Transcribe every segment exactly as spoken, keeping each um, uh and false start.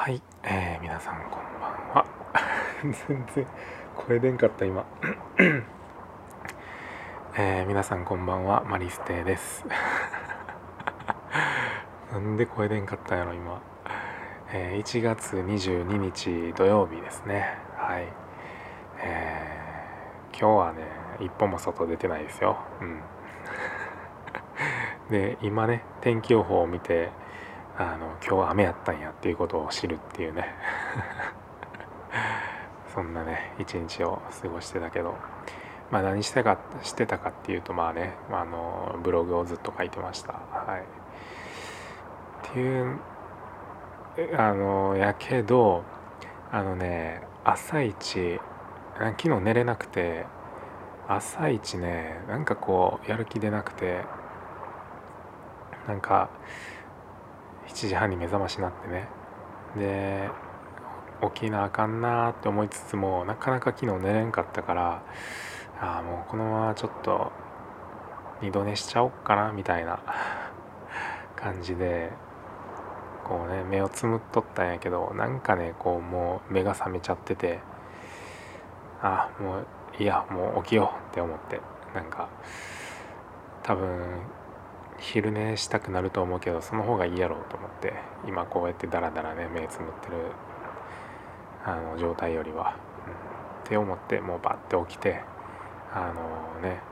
はい、えー、皆さんこんばんは。全然声出んかった今。えー、皆さんこんばんは、マリステです。なんで声出んかったんやろ今。えー、いちがつにじゅうににち土曜日ですね。はい。えー、今日はね、一歩も外出てないですよ。うん。で、今ね、天気予報を見て、あの今日は雨やったんやっていうことを知るっていうね。そんなね一日を過ごしてたけど、まあ何してかしてたかっていうと、まあね、あのブログをずっと書いてました。はい。っていうあのやけど、あのね朝一昨日寝れなくて、朝一ねなんかこうやる気出なくて、なんかしちじはんに目覚ましになってね、で起きなあかんなって思いつつもなかなか昨日寝れんかったから、ああもうこのままちょっと二度寝しちゃおっかなみたいな感じでこうね目をつむっとったんやけど、なんかねこうもう目が覚めちゃってて、あもういやもう起きようって思って、なんか多分昼寝したくなると思うけどその方がいいやろうと思って、今こうやってダラダラね目つむってるあの状態よりは、うん、って思ってもうバッて起きて、あのね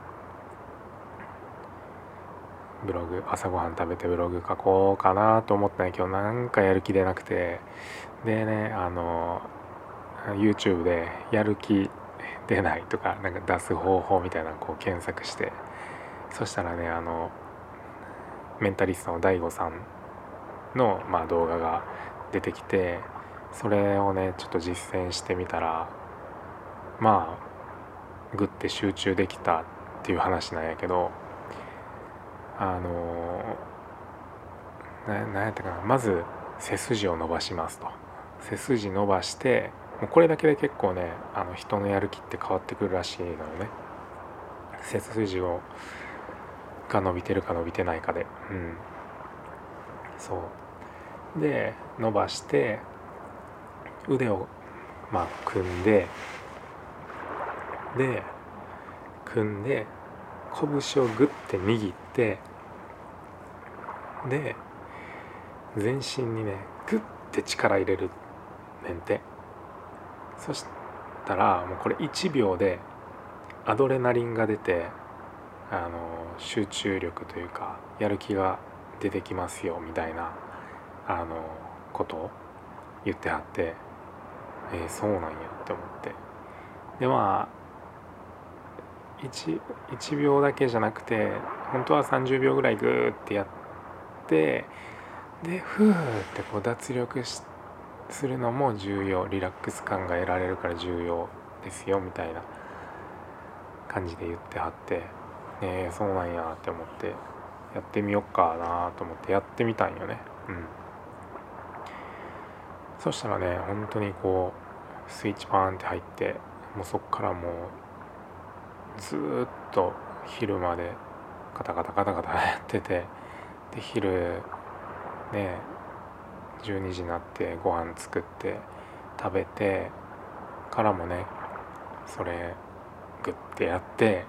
ブログ朝ごはん食べてブログ書こうかなと思ったんやけど、なんかやる気出なくて、でねあの YouTube でやる気出ないとかなんか出す方法みたいなのをこう検索して、そしたらねあのメンタリストの ダイゴ さんの、まあ、動画が出てきて、それをねちょっと実践してみたら、まあグッて集中できたっていう話なんやけど、あのななんやったかな、まず背筋を伸ばしますと。背筋伸ばして、もうこれだけで結構ねあの人のやる気って変わってくるらしいのよね。背筋をが伸びてるか伸びてないかで、うん、そうで伸ばして腕をまあ組んで、で組んで拳をグッて握って、で全身にねグッて力入れるねんて。そしたらもうこれいちびょうでアドレナリンが出て、あの集中力というかやる気が出てきますよみたいなあのことを言ってはって、えー、そうなんやって思って、でまあ 1, いちびょうだけじゃなくて本当はさんじゅうびょうぐらいグーってやって、でふーってこう脱力しするのも重要、リラックス感が得られるから重要ですよみたいな感じで言ってはって、えー、そうなんやって思ってやってみよっかなと思ってやってみたんよね。うん。そしたらね本当にこうスイッチパーンって入って、もうそっからもうずーっと昼までカタカタカタカタやってて、で昼ねじゅうにじになってご飯作って食べてからもねそれグッてやって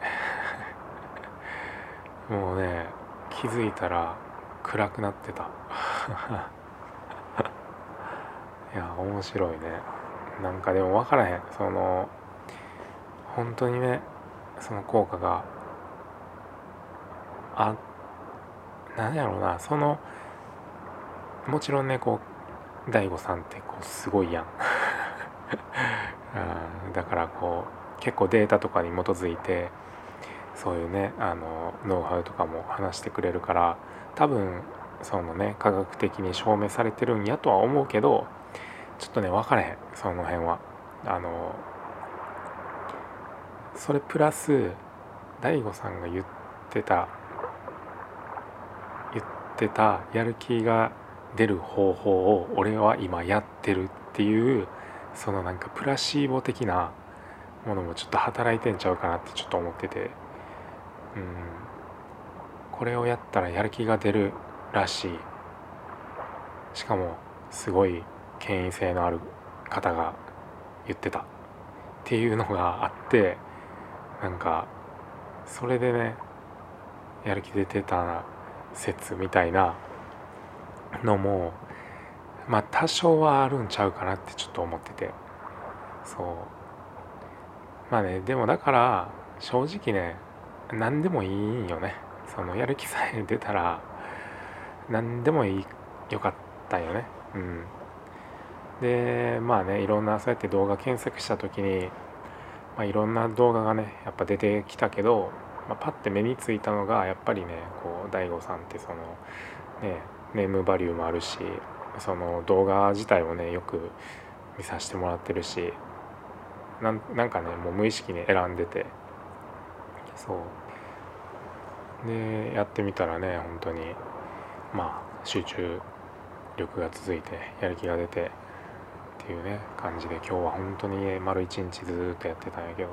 もうね気づいたら暗くなってた。いや面白いね。なんかでも分からへん、その本当にねその効果があなんやろうな、そのもちろんねこう大悟さんってこうすごいやん。うん、だからこう結構データとかに基づいてそういうねあのノウハウとかも話してくれるから、多分そのね科学的に証明されてるんやとは思うけど、ちょっとね分からへんその辺は。あのそれプラス大悟さんが言ってた言ってたやる気が出る方法を俺は今やってるっていう、そのなんかプラシーボ的なものもちょっと働いてんちゃうかなってちょっと思ってて、うん、これをやったらやる気が出るらしい。しかもすごい権威性のある方が言ってたっていうのがあって、なんかそれでねやる気出てた説みたいなのもまあ多少はあるんちゃうかなってちょっと思ってて、そうまあね、でもだから正直ね何でもいいんよね。そのやる気さえ出たら何でもいいよかったよね。うんでまあね、いろんなそうやって動画検索した時に、まあ、いろんな動画がねやっぱ出てきたけど、まあ、パッて目についたのがやっぱりね、こう ダイゴ さんってそのねネームバリューもあるし、その動画自体をねよく見させてもらってるし、なんなんかねもう無意識に選んでて、そうでやってみたらね本当にまあ集中力が続いてやる気が出てっていうね感じで、今日は本当に丸一日ずっとやってたんやけど、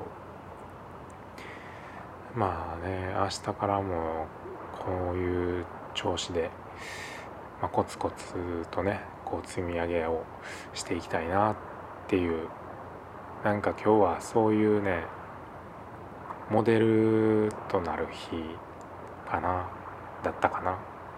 まあね明日からもこういう調子で、まあ、コツコツとねこう積み上げをしていきたいなっていう、なんか今日はそういうねモデルとなる日かなだったかな。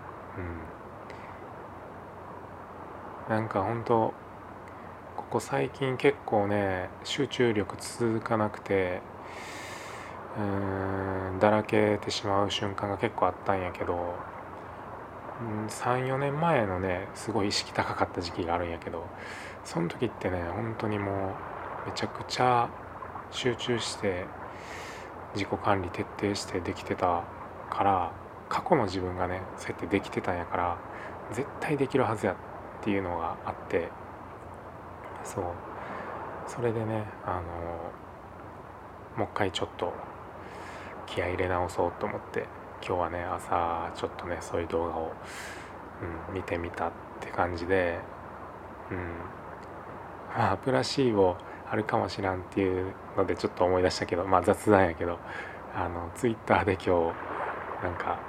うんなんか本当ここ最近結構ね集中力続かなくて、うーんだらけてしまう瞬間が結構あったんやけど、さんよねんまえのねすごい意識高かった時期があるんやけど、その時ってね本当にもうめちゃくちゃ集中して自己管理徹底してできてたから、過去の自分がねそうやってできてたんやから絶対できるはずやっていうのがあって、そうそれでねあのもう一回ちょっと気合い入れ直そうと思って今日はね朝ちょっとねそういう動画を、うん、見てみたって感じで、うんまあプラシーボあるかもしらんっていうのでちょっと思い出したけど、まあ雑談やけど、あのツイッターで今日なんか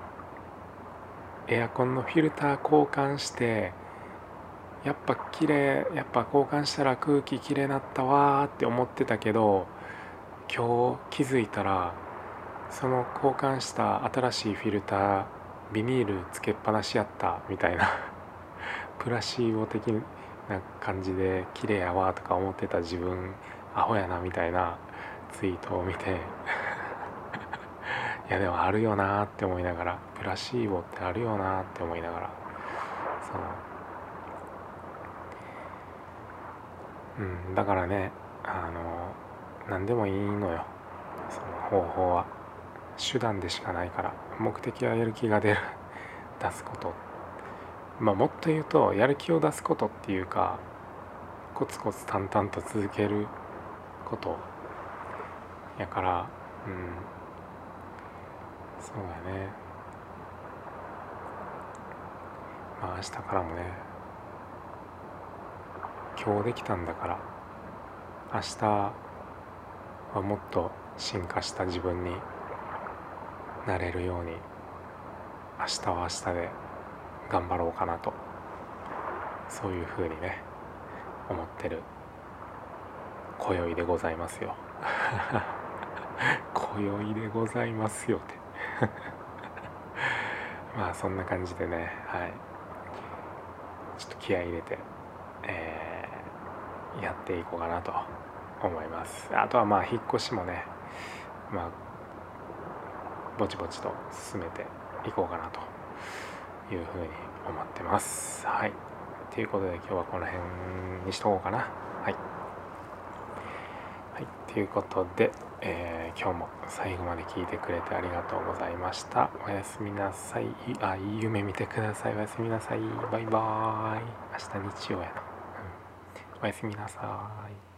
エアコンのフィルター交換してやっぱ綺麗やっぱ交換したら空気きれいなったわーって思ってたけど、今日気づいたらその交換した新しいフィルタービニールつけっぱなしやったみたいなプラシーボ的な感じで綺麗やわとか思ってた自分アホやなみたいなツイートを見ていやでもあるよなって思いながら、プラシーボってあるよなって思いながら、そのうんだからねあの何でもいいのよ、その方法は手段でしかないから。目的はやる気が出る出すこと、まあもっと言うとやる気を出すことっていうかコツコツ淡々と続けることやから、うんそうやね。まあ明日からもね今日できたんだから明日はもっと進化した自分になれるように明日は明日で頑張ろうかなと、そういうふうにね思ってる今宵でございますよ今宵でございますよってまあそんな感じでね、はいちょっと気合い入れて、えーやっていこうかなと思います。あとはまあ引っ越しもねまあぼちぼちと進めていこうかなというふうに思ってます。はいということで今日はこの辺にしとこうかな。はいはい、ということで、えー、今日も最後まで聞いてくれてありがとうございました。おやすみなさい。あ、いい夢見てください。おやすみなさい。バイバーイ。明日日曜やな。うん、おやすみなさい。